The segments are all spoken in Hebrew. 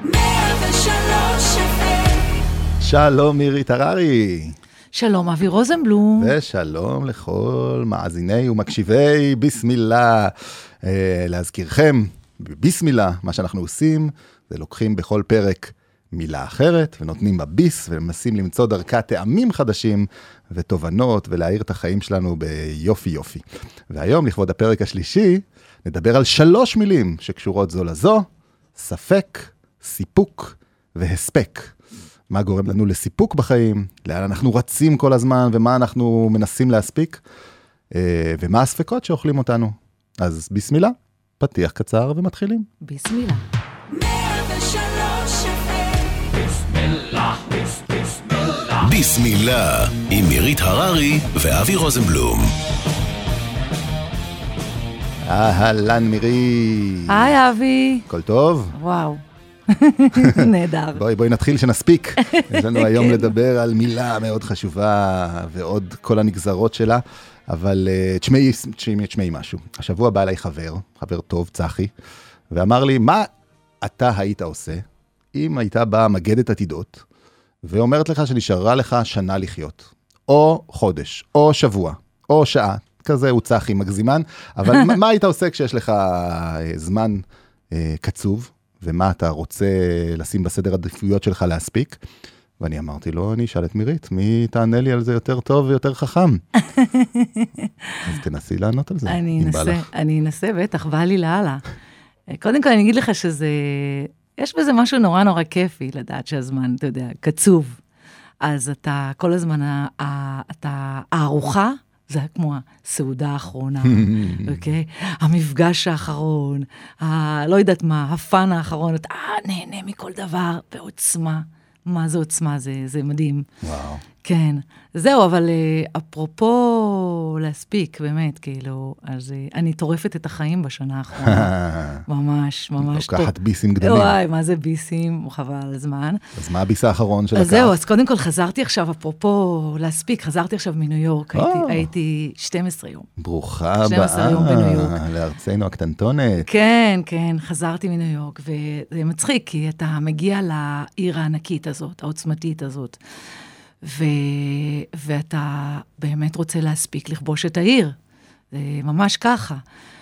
שלום מירית הררי. שלום אבי רוזנבלום. ושלום לכל מאזיני ומקשיבי ביסמילה. להזכירכם, ביסמילה, מה שאנחנו עושים, זה לוקחים בכל פרק מילה אחרת, ונותנים בה ביס, ומנסים למצוא דרכה טעמים חדשים, ותובנות, ולהאיר את החיים שלנו ביופי יופי. והיום, לכבוד הפרק השלישי, נדבר על 3 מילים שקשורות זו לזו, ספק, סיפוק והספק. מה גורם לנו לסיפוק בחיים, לאן אנחנו רצים כל הזמן, ומה אנחנו מנסים להספיק, ומה הספקות שאוכלים אותנו. אז ביסמילה, פתיח קצר ומתחילים. ביסמילה. ביסמילה, עם מירית הררי ואבי רוזנבלום. אהלן מירית. היי אבי. הכל טוב? וואו. נהדר. בואי נתחיל שנספיק. יש לנו היום לדבר על מילה מאוד חשובה, ועוד כל הנגזרות שלה, אבל תשמעי משהו. השבוע בא אליי חבר טוב, צחי, ואמר לי, מה אתה היית עושה, אם הייתה באה מגדת עתידות, ואומרת לך שנשארה לך שנה לחיות, או חודש, או שבוע, או שעה, כזה הוא צחי מגזימן, אבל מה היית עושה כשיש לך זמן קצוב, ומה אתה רוצה לשים בסדר עדיפויות שלך להספיק? ואני אמרתי לו, אני אשאל את מירית, מי תענה לי על זה יותר טוב ויותר חכם? אז תנסי לענות על זה, אני אנסה, בטח, בא לי להלאה. קודם כל אני אגיד לך שזה, יש בזה משהו נורא נורא כיפי, לדעת שהזמן, אתה יודע, קצוב. אז אתה כל הזמן, הארוחה, זה כמו הסעודה האחרונה, אוקיי? המפגש האחרון, לא יודעת מה, הפן האחרון, אתה נהנה מכל דבר, בעוצמה. מה זה עוצמה? זה מדהים. וואו. כן. זהו, אבל אפרופו להספיק, באמת, כאילו, אז אני טורפת את החיים בשנה האחרונה. ממש, ממש טוב. לוקחת ביסים גדולים. וואי, מה זה ביסים? חבל על הזמן. אז מה הביס האחרון שלקח? אז זהו, אז קודם כל חזרתי עכשיו, אפרופו להספיק, חזרתי עכשיו מניו יורק, הייתי 12 יום. ברוכה הבאה. 12 יום בניו יורק. לארצנו הקטנטונת. כן, כן, חזרתי מניו יורק, וזה מצחיק, כי אתה מגיע לעיר הענקית הזאת, העוצמתית הזאת, ואתה באמת רוצה להספיק לכבוש את העיר. זה ממש ככה.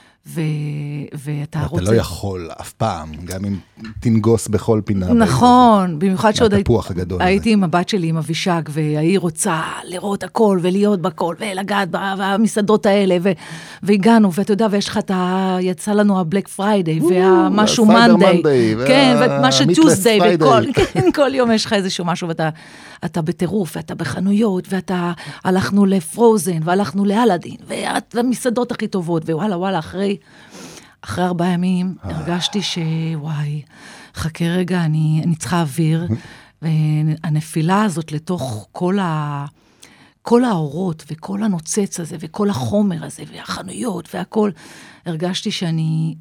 ואתה רוצה... אתה לא יכול אף פעם, גם אם תנגוס בכל פינה. נכון, במיוחד שעוד הייתי עם הבת שלי, עם אבישג, והיא רוצה לראות הכל, ולהיות בכל, ולגעת במסעדות האלה, והגענו, ואתה יודע, ויש לך יצא לנו הבלק פריידיי, והמשהו מנדיי, כן, ומשהו טיוזדיי, וכל יום יש לך איזשהו משהו, ואתה בטירוף, ואתה בחנויות, ואתה הלכנו לפרוזן, והלכנו לאלאדין, והמסעדות הכי טובות, ווואלה, אחרי 4 ימים הרגשתי שוואי, חכה רגע, אני צריכה אוויר, והנפילה הזאת לתוך כל האורות, וכל הנוצץ הזה, וכל החומר הזה, והחנויות, והכל, הרגשתי שאני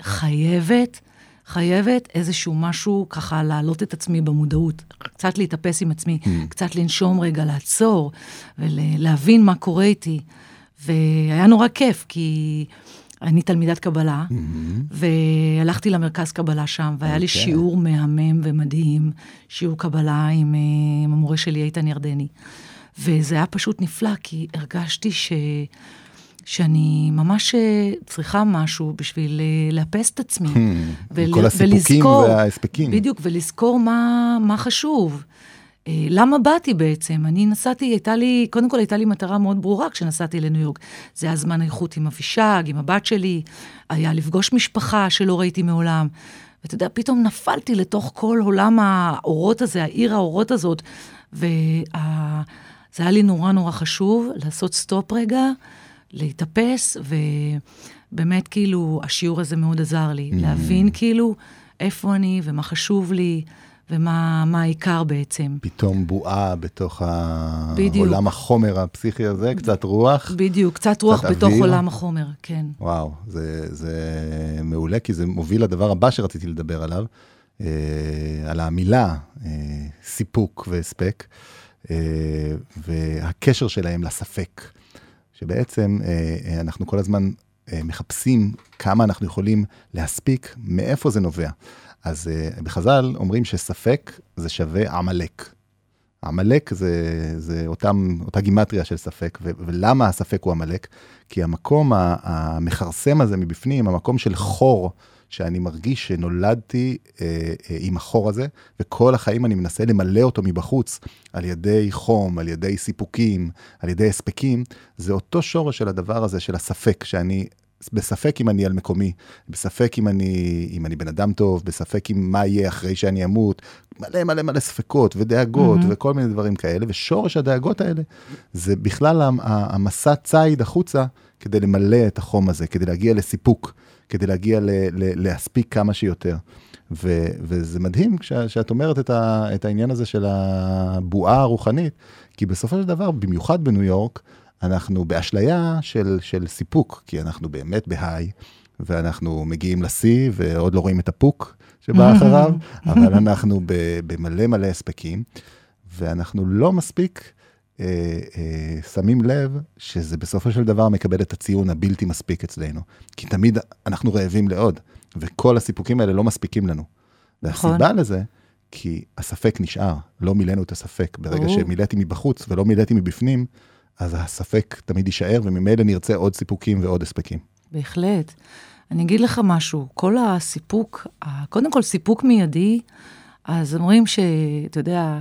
חייבת איזשהו משהו, ככה להעלות את עצמי במודעות, קצת להתאפס עם עצמי, קצת לנשום רגע, לעצור, ולהבין מה קורה איתי, והיה נורא כיף, כי אני תלמידת קבלה, והלכתי למרכז קבלה שם, והיה לי שיעור מהמם ומדהים, שיעור קבלה עם המורה שלי, איתן ירדני. וזה היה פשוט נפלא, כי הרגשתי שאני ממש צריכה משהו בשביל לאפס את עצמי. כל הסיפוקים וההספקים. בדיוק, ולזכור מה חשוב. למה באתי בעצם? אני נסעתי, קודם כל הייתה לי מטרה מאוד ברורה כשנסעתי לניו יורק. זה היה זמן האיכות עם אבישג, עם הבת שלי, היה לפגוש משפחה שלא ראיתי מעולם. ואתה יודע, פתאום נפלתי לתוך כל עולם האורות הזה, העיר האורות הזאת, וזה היה לי נורא נורא חשוב לעשות סטופ רגע, להתאפס, ובאמת כאילו השיעור הזה מאוד עזר לי, להבין כאילו איפה אני ומה חשוב לי, ומה העיקר בעצם. פתאום בועה בתוך העולם החומר הפסיכי הזה, קצת רוח. בדיוק, קצת רוח בתוך עולם החומר, כן. וואו, זה מעולה, כי זה מוביל לדבר הבא שרציתי לדבר עליו, על המילה סיפוק והספק, והקשר שלהם לספק, שבעצם אנחנו כל הזמן מחפשים כמה אנחנו יכולים להספיק, מאיפה זה נובע. אז בחז"ל אומרים שספק זה שווה עמלק. עמלק זה אותה גימטריה של ספק, ולמה הספק הוא עמלק? כי המקום המחרסם הזה מבפנים, המקום של חור, שאני מרגיש שנולדתי עם החור הזה, וכל החיים אני מנסה למלא אותו מבחוץ, על ידי חום, על ידי סיפוקים, על ידי הספקים, זה אותו שורש של הדבר הזה, של הספק, שאני בספק אם אני על מקומי, בספק אם אני בן אדם טוב, בספק אם מה יהיה אחרי שאני אמות, מלא מלא מלא ספקות ודאגות וכל מיני דברים כאלה, ושורש הדאגות האלה, זה בכלל המסע צייד החוצה, כדי למלא את החום הזה, כדי להגיע לסיפוק, כדי להגיע להספיק כמה שיותר. וזה מדהים שאת אומרת את העניין הזה של הבועה הרוחנית, כי בסופו של דבר, במיוחד בניו יורק, אנחנו באשליה של סיפוק, כי אנחנו באמת בהיי, ואנחנו מגיעים לשיא, ועוד לא רואים את הפוק שבא אחריו, אבל אנחנו במלא מלא הספקים, ואנחנו לא מספיק שמים לב שזה בסופו של דבר מקבל את הציון הבלתי מספיק אצלנו, כי תמיד אנחנו רעבים לעוד, וכל הסיפוקים האלה לא מספיקים לנו. והסיבה לזה, כי הספק נשאר, לא מילאנו את הספק, ברגע שמילאתי מבחוץ ולא מילאתי מבפנים, אז הספק תמיד יישאר, וממילא נרצה עוד סיפוקים ועוד הספקים. בהחלט. אני אגיד לך משהו, כל הסיפוק, קודם כל סיפוק מיידי, אז אומרים שאתה יודע,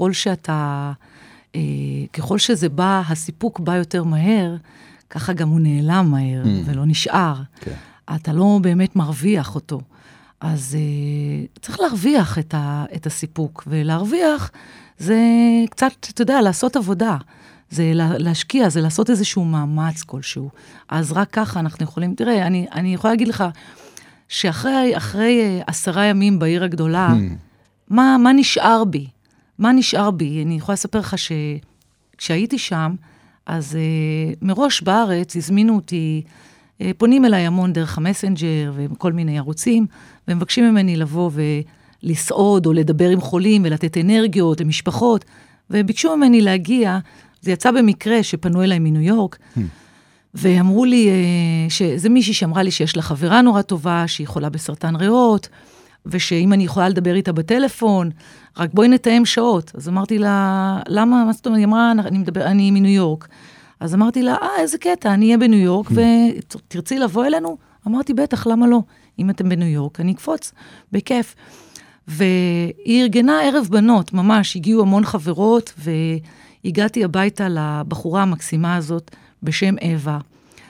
ככל שזה בא, הסיפוק בא יותר מהר, ככה גם הוא נעלם מהר, ולא נשאר. אתה לא באמת מרוויח אותו. אז צריך להרוויח את הסיפוק, ולהרוויח זה קצת, אתה יודע, לעשות עבודה. זה להשקיע, זה לעשות איזשהו מאמץ כלשהו. אז רק ככה אנחנו יכולים, תראה, אני יכולה להגיד לך, שאחרי 10 ימים בעיר הגדולה, מה נשאר בי? מה נשאר בי? אני יכולה לספר לך שכשהייתי שם, אז מראש בארץ הזמינו אותי, פונים אליי המון דרך המסנג'ר וכל מיני ערוצים, ומבקשים ממני לבוא ולסעוד או לדבר עם חולים ולתת אנרגיות למשפחות, וביקשו ממני להגיע, זה יצא במקרה שפנו אליי מניו יורק, ואמרו לי, שזה מישהי שאמרה לי שיש לה חברה נורא טובה, שהיא חולה בסרטן ריאות, ושאם אני יכולה לדבר איתה בטלפון, רק בואי נתאם שעות. אז אמרתי לה, למה? מה זאת אומרת? היא אמרה, אני מניו יורק. אז אמרתי לה, איזה קטע, אני אהיה בניו יורק, ותרצי לבוא אלינו? אמרתי, בטח, למה לא? אם אתם בניו יורק, אני אקפוץ, בכיף. והיא ארגנה ערב בנות, ממש, הגיעו המון חברות, והגעתי הביתה לבחורה המקסימה הזאת, בשם אווה,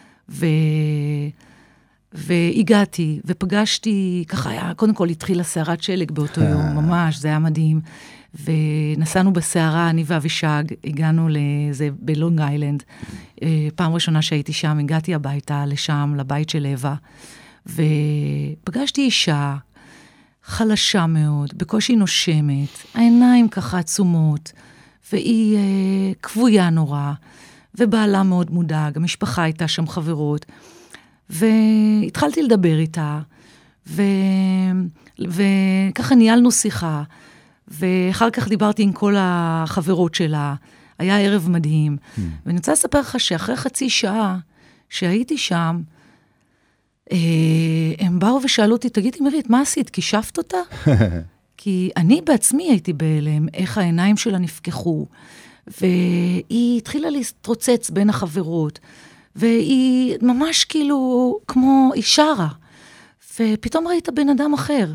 והגעתי, ופגשתי, ככה היה, קודם כל התחילה סערת שלג באותו יום, ממש, זה היה מדהים, ונסענו בסערה, אני ואבישג, הגענו לזה בלונג איילנד, פעם ראשונה שהייתי שם, הגעתי הביתה, לשם, לבית של אווה, ופגשתי אישה, חלשה מאוד, בקושי נושמת, העיניים ככה עצומות, והיא כבויה נורא, ובעלה מאוד מודאג, המשפחה הייתה שם חברות, והתחלתי לדבר איתה, וככה ניהלנו שיחה, ואחר כך דיברתי עם כל החברות שלה, היה ערב מדהים, ואני רוצה לספר לך שאחרי חצי שעה שהייתי שם, הם באו ושאלו אותי, תגידי מירית, מה עשית? כישפת אותה? כי אני בעצמי הייתי בהלם, איך העיניים שלה נפקחו, והיא התחילה להתרוצץ בין החברות, והיא ממש כאילו כמו היא שרה, ופתאום ראית בן אדם אחר,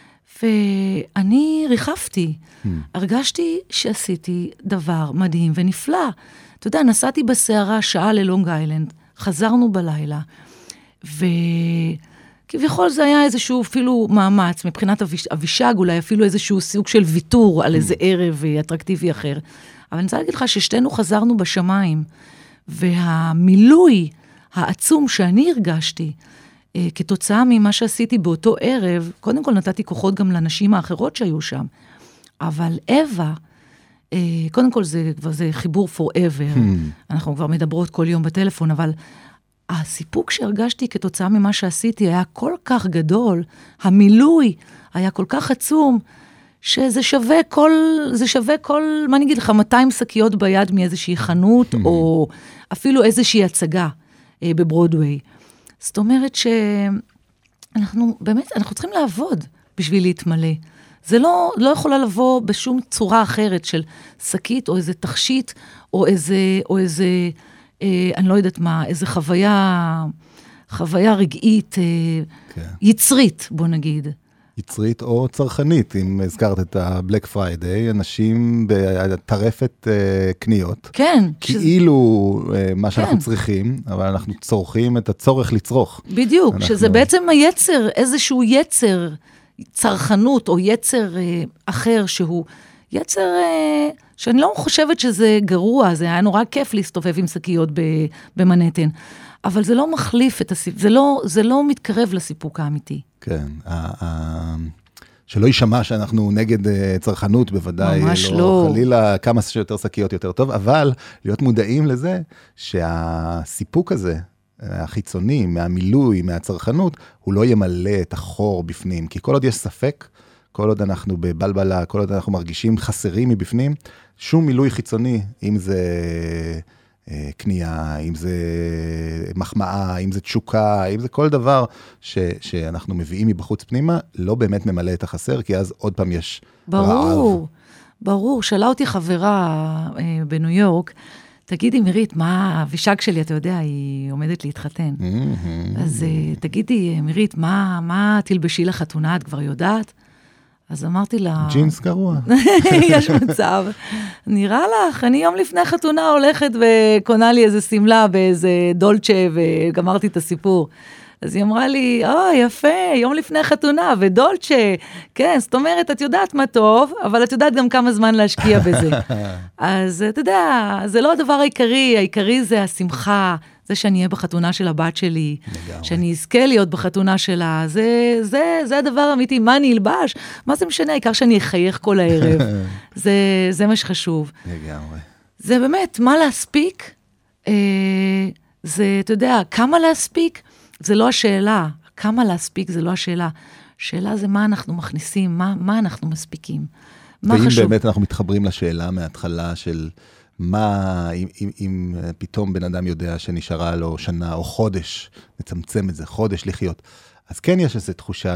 ואני ריחפתי, הרגשתי שעשיתי דבר מדהים ונפלא. אתה יודע, נסעתי בסערה שעה ללונג איילנד, חזרנו בלילה, וכביכול זה היה איזשהו אפילו מאמץ, מבחינת אבישג, אולי אפילו איזשהו סוג של ויתור על איזה ערב אטרקטיבי אחר. אבל אני רוצה להגיד לך ששתינו חזרנו בשמיים, והמילוי העצום שאני הרגשתי, כתוצאה ממה שעשיתי באותו ערב, קודם כל נתתי כוחות גם לנשים האחרות שהיו שם, אבל אווה, קודם כל זה חיבור forever, אנחנו כבר מדברות כל יום בטלפון, אבל הסיפוק שהרגשתי כתוצאה ממה שעשיתי היה כל כך גדול, המילוי היה כל כך עצום, שזה שווה כל, מה אני אגיד לך, 200 שקיות ביד מאיזושהי חנות, או אפילו איזושהי הצגה בברודווי. זאת אומרת שאנחנו, באמת, אנחנו צריכים לעבוד. בשביל להתמלא. זה לא יכולה לבוא בשום צורה אחרת של שקית, או איזה תכשיט, או איזה אני לא יודעת מה, איזה חוויה רגעית, יצרית, בוא נגיד. יצרית או צרכנית, אם הזכרת את ה-Black Friday, אנשים בטרפת קניות. כן. כאילו מה שאנחנו צריכים, אבל אנחנו צורכים את הצורך לצרוך. בדיוק, שזה בעצם היצר, איזשהו יצר, צרכנות או יצר אחר שהוא יצר שאני לא חושבת שזה גרוע, זה היה נורא כיף להסתובב עם שקיות במנהטן, אבל זה לא מחליף את הסיפוק, זה לא מתקרב לסיפוק האמיתי. כן, שלא יישמע שאנחנו נגד צרכנות, בוודאי, ממש לא. חלילה כמה שיותר שקיות יותר טוב, אבל להיות מודעים לזה שהסיפוק הזה, החיצוני, מהמילוי, מהצרכנות, הוא לא ימלא את החור בפנים, כי כל עוד יש ספק, כל עוד אנחנו בבלבלה, כל עוד אנחנו מרגישים חסרים מבפנים, שום מילוי חיצוני, אם זה קנייה, אם זה מחמאה, אם זה תשוקה, אם זה כל דבר שאנחנו מביאים מבחוץ פנימה, לא באמת ממלא את החסר, כי אז עוד פעם יש רעב. ברור. שאלה אותי חברה בניו יורק, תגידי, מירית, מה אבישג שלי, אתה יודע, היא עומדת להתחתן. אז תגידי, מירית, מה תלבשי לחתונה, את כבר יודעת? אז אמרתי לה... ג'ינס גרוע. יש מצב. נראה לך, אני יום לפני חתונה הולכת וקונה לי איזה סמלה באיזה דולצ'ה, וגמרתי את הסיפור. אז היא אמרה לי, יפה, יום לפני חתונה, ודולצ'ה. כן, זאת אומרת, את יודעת מה טוב, אבל את יודעת גם כמה זמן להשקיע בזה. אז אתה יודע, זה לא הדבר העיקרי, העיקרי זה השמחה, זה שאני אהיה בחתונה של הבת שלי, שאני אזכה להיות בחתונה שלה, זה הדבר האמיתי, מה אני אלבש? מה זה משנה? העיקר שאני אחייך כל הערב. זה מה שחשוב. לגמרי. זה באמת, מה להספיק? זה, אתה יודע, כמה להספיק? זה לא השאלה. כמה להספיק זה לא השאלה. השאלה זה מה אנחנו מכניסים, מה אנחנו מספיקים. מה חשוב? ואם באמת אנחנו מתחברים לשאלה מההתחלה של... מה, אם פתאום בן אדם יודע שנשארה לו שנה או חודש, נצמצם את זה, חודש לחיות, אז כן יש איזו תחושה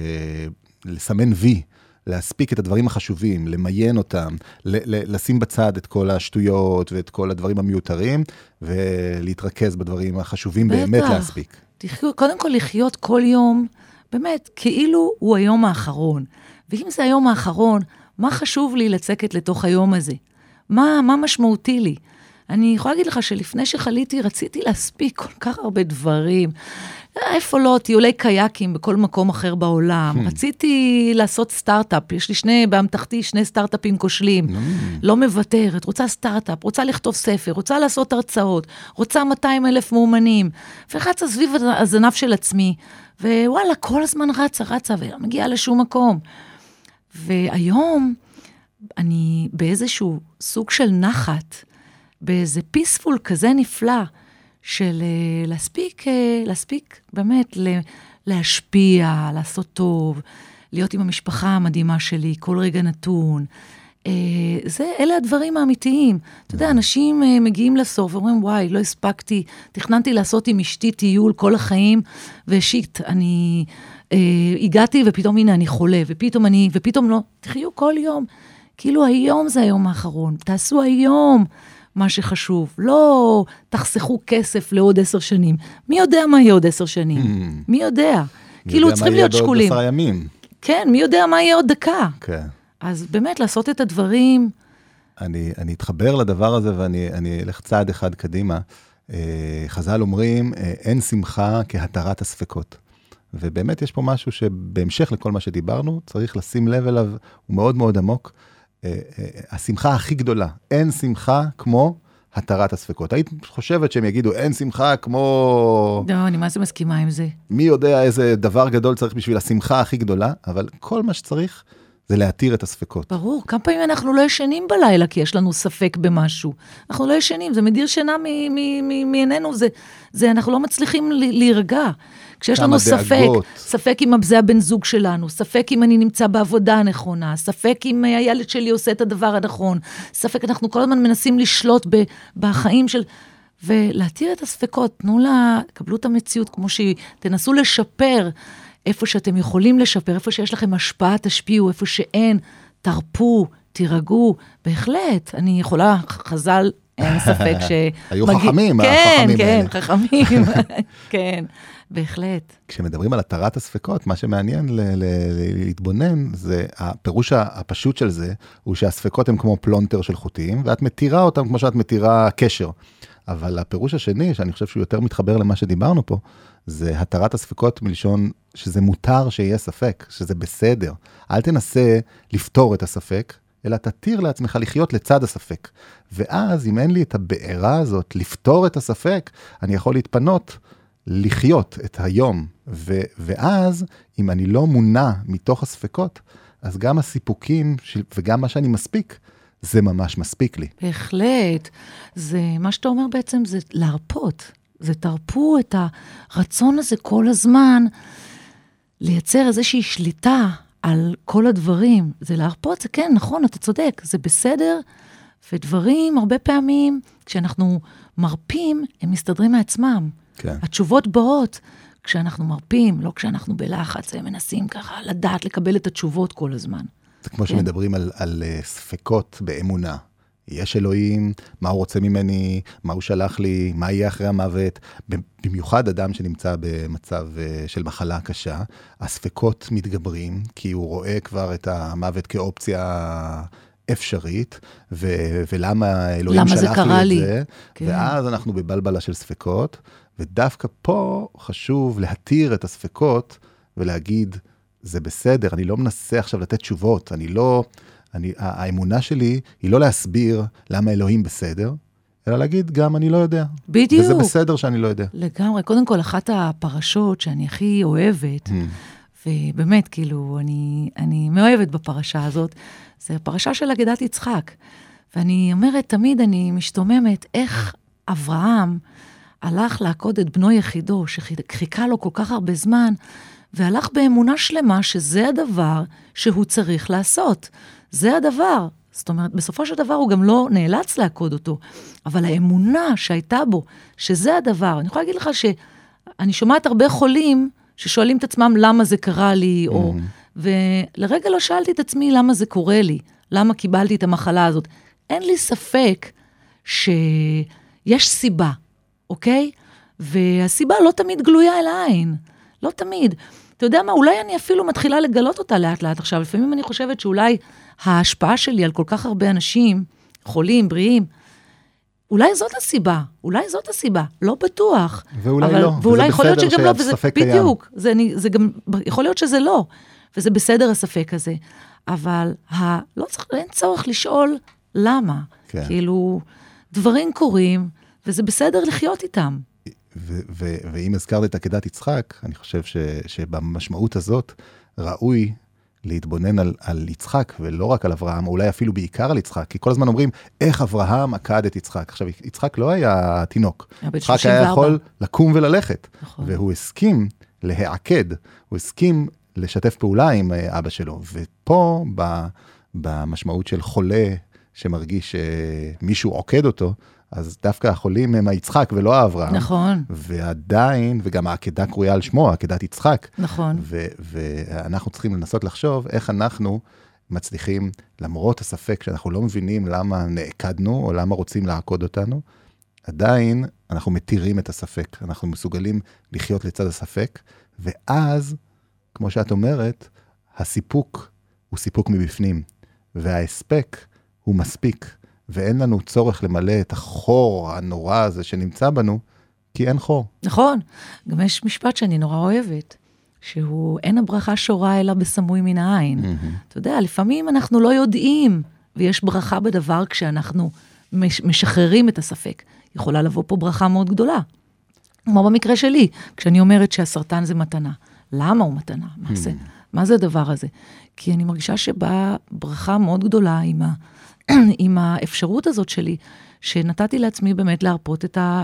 לסמן וי, להספיק את הדברים החשובים, למיין אותם, לשים בצד את כל השטויות ואת כל הדברים המיותרים, ולהתרכז בדברים החשובים באמת להספיק. קודם כל לחיות כל יום, באמת, כאילו הוא היום האחרון. ואם זה היום האחרון, מה חשוב לי לצקת לתוך היום הזה? מה משמעותי לי? אני יכולה להגיד לך שלפני שחליתי, רציתי להספיק כל כך הרבה דברים. איפה לא, טיולי קייקים בכל מקום אחר בעולם. רציתי לעשות סטארט-אפ. יש לי באמתחתי שני סטארט-אפים כושלים. לא מוותרת, רוצה סטארט-אפ, רוצה לכתוב ספר, רוצה לעשות הרצאות, רוצה 200,000 מאומנים. ורצה סביב הזנב של עצמי. ווואלה, כל הזמן רצה, ולא מגיעה לשום מקום. והיום... אני באיזשהו סוג של נחת, באיזה פיספול כזה נפלא, של להספיק באמת, להשפיע, לעשות טוב, להיות עם המשפחה המדהימה שלי, כל רגע נתון. אלה הדברים האמיתיים. אתה יודע, אנשים מגיעים לסוף ואומרים, וואי, לא הספקתי, תכננתי לעשות עם אשתי טיול כל החיים, ושיט, אני הגעתי ופתאום הנה אני חולה, ופתאום לא, תחיו כל יום. כאילו היום זה היום האחרון, תעשו היום מה שחשוב, לא תחסכו כסף לעוד 10 שנים. מי יודע מה יהיה עוד 10 שנים? מי יודע? כאילו צריכים להיות שקולים. בעוד 10 ימים. כן, מי יודע מה יהיה עוד דקה? כן. אז באמת לעשות את הדברים. אני אתחבר לדבר הזה ואני אלך צעד אחד קדימה. חז"ל אומרים, אין שמחה כהתרת הספקות. ובאמת יש פה משהו שבהמשך לכל מה שדיברנו, צריך לשים לב אליו, הוא מאוד מאוד עמוק. השמחה הכי גדולה, אין שמחה כמו התרת הספקות. היית חושבת שהם יגידו, אין שמחה כמו... לא, אני מה זה מסכימה עם זה? מי יודע איזה דבר גדול צריך בשביל השמחה הכי גדולה, אבל כל מה שצריך זה להתיר את הספקות. ברור, כמה פעמים אנחנו לא ישנים בלילה, כי יש לנו ספק במשהו. אנחנו לא ישנים, זה מדיר שינה מעינינו, אנחנו לא מצליחים להירגע. כשיש לנו ספק אם זה הבן זוג שלנו, ספק אם אני נמצא בעבודה הנכונה, ספק אם הילד שלי עושה את הדבר הנכון, ספק, אנחנו כל הזמן מנסים לשלוט בחיים של... ולהתיר את הספקות, קבלו את המציאות כמו שהיא, תנסו לשפר איפה שאתם יכולים לשפר, איפה שיש לכם השפעה, תשפיעו, איפה שאין, תרפו, תירגעו, בהחלט, אני יכולה, חז"ל, אין ספק היו חכמים, כן, חכמים, כן, בהחלט. כשמדברים על התרת הספקות, מה שמעניין להתבונן, זה הפירוש הפשוט של זה, הוא שהספקות הם כמו פלונטר של חוטים, ואת מתירה אותם כמו שאת מתירה קשר. אבל הפירוש השני, שאני חושב שהוא יותר מתחבר למה שדיברנו פה, זה התרת הספקות מלשון שזה מותר שיהיה ספק, שזה בסדר. אל תנסה לפתור את הספק, אלא תתיר לעצמך לחיות לצד הספק. ואז, אם אין לי את הבעירה הזאת, לפתור את הספק, אני יכול להתפנות, לחיות את היום. ואז, אם אני לא מונע מתוך הספקות, אז גם הסיפוקים וגם מה שאני מספיק, זה ממש מספיק לי. בהחלט. זה, מה שאתה אומר בעצם זה להרפות. זה תרפו את הרצון הזה כל הזמן, לייצר איזושהי שליטה על כל הדברים. זה להרפות, זה כן, נכון, אתה צודק, זה בסדר, ודברים הרבה פעמים, כשאנחנו מרפים, הם מסתדרים מעצמם. כן. התשובות באות כשאנחנו מרפים, לא כשאנחנו בלחץ, הם מנסים ככה לדעת, לקבל את התשובות כל הזמן. זה כמו שמדברים על ספקות באמונה. יש אלוהים, מה הוא רוצה ממני, מה הוא שלח לי, מה יהיה אחרי המוות. במיוחד אדם שנמצא במצב של מחלה קשה, הספקות מתגברים, כי הוא רואה כבר את המוות כאופציה אפשרית, ולמה אלוהים שלח לי את זה. כן. ואז אנחנו בבלבלה של ספקות, ודווקא פה חשוב להתיר את הספקות, ולהגיד, זה בסדר, אני לא מנסה עכשיו לתת תשובות, האמונה שלי היא לא להסביר למה אלוהים בסדר, אלא להגיד גם אני לא יודע. בדיוק. וזה בסדר שאני לא יודע. לגמרי. קודם כל, אחת הפרשות שאני הכי אוהבת, ובאמת, כאילו, אני מאוהבת בפרשה הזאת, זה הפרשה של אגדת יצחק. ואני אומרת, תמיד אני משתוממת איך אברהם הלך לעקוד את בנו יחידו, שחיכה לו כל כך הרבה זמן, והלך באמונה שלמה שזה הדבר שהוא צריך לעשות. זה הדבר. זאת אומרת, בסופו של דבר הוא גם לא נאלץ לעקוד אותו, אבל האמונה שהייתה בו, שזה הדבר. אני יכולה להגיד לך שאני שומעת הרבה חולים ששואלים את עצמם למה זה קרה לי, ולרגע לא שאלתי את עצמי למה זה קורה לי, למה קיבלתי את המחלה הזאת. אין לי ספק שיש סיבה, אוקיי? והסיבה לא תמיד גלויה אל העין. לא תמיד. אתה יודע מה, אולי אני אפילו מתחילה לגלות אותה לאט לאט עכשיו. לפעמים אני חושבת שאולי ההשפעה שלי על כל כך הרבה אנשים, חולים, בריאים, אולי זאת הסיבה, לא בטוח. ואולי לא, ואולי יכול להיות שגם לא, ספק קיים. בדיוק, זה גם, יכול להיות שזה לא, וזה בסדר הספק הזה, אבל אין צורך לשאול למה. כן. כאילו, דברים קורים, וזה בסדר לחיות איתם. ואם הזכרת את עקדת יצחק, אני חושב שבמשמעות הזאת ראוי להתבונן על יצחק, ולא רק על אברהם, אולי אפילו בעיקר על יצחק, כי כל הזמן אומרים, איך אברהם עקד את יצחק. עכשיו, יצחק לא היה תינוק. יצחק היה יכול לקום וללכת, נכון. והוא הסכים להעקד, הוא הסכים לשתף פעולה עם אבא שלו, ופה במשמעות של חולה שמרגיש שמישהו עוקד אותו, אז דווקא החולים הם היצחק ולא האברהם. נכון. ועדיין, וגם העקדה קרויה על שמו, עקדת יצחק. נכון. ואנחנו צריכים לנסות לחשוב איך אנחנו מצליחים, למרות הספק שאנחנו לא מבינים למה נעקדנו, או למה רוצים לעקוד אותנו, עדיין אנחנו מתירים את הספק. אנחנו מסוגלים לחיות לצד הספק, ואז, כמו שאת אומרת, הסיפוק הוא סיפוק מבפנים, וההספק הוא מספיק. ואין לנו צורך למלא את החור הנורא הזה שנמצא בנו, כי אין חור. נכון. גם יש משפט שאני נורא אוהבת, שהוא אין הברכה שורה אלא בסמוי מן העין. אתה יודע, לפעמים אנחנו לא יודעים, ויש ברכה בדבר כשאנחנו משחררים את הספק. יכולה לבוא פה ברכה מאוד גדולה. כמו במקרה שלי, כשאני אומרת שהסרטן זה מתנה. למה הוא מתנה? מה זה הדבר הזה? כי אני מרגישה שבאה ברכה מאוד גדולה עם האפשרות הזאת שלי, שנתתי לעצמי באמת להרפות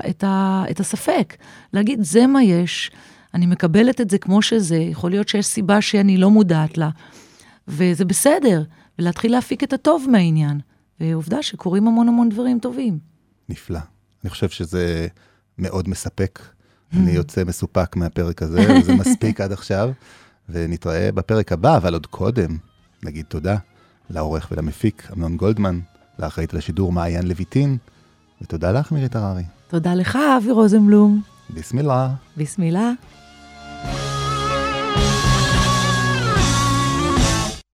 את הספק. להגיד, זה מה יש, אני מקבלת את זה כמו שזה, יכול להיות שיש סיבה שאני לא מודעת לה, וזה בסדר, ולהתחיל להפיק את הטוב מהעניין. ועובדה שקורים המון המון דברים טובים. נפלא. אני חושב שזה מאוד מספק. אני יוצא מסופק מהפרק הזה, וזה מספיק עד עכשיו. ונתראה בפרק הבא, אבל עוד קודם נגיד תודה לעורך ולמפיק אמנון גולדמן, לאחראית לשידור מעיין לויטין, ותודה לך מירית הררי. תודה לך אבי רוזנבלום. ביסמילה. ביסמילה.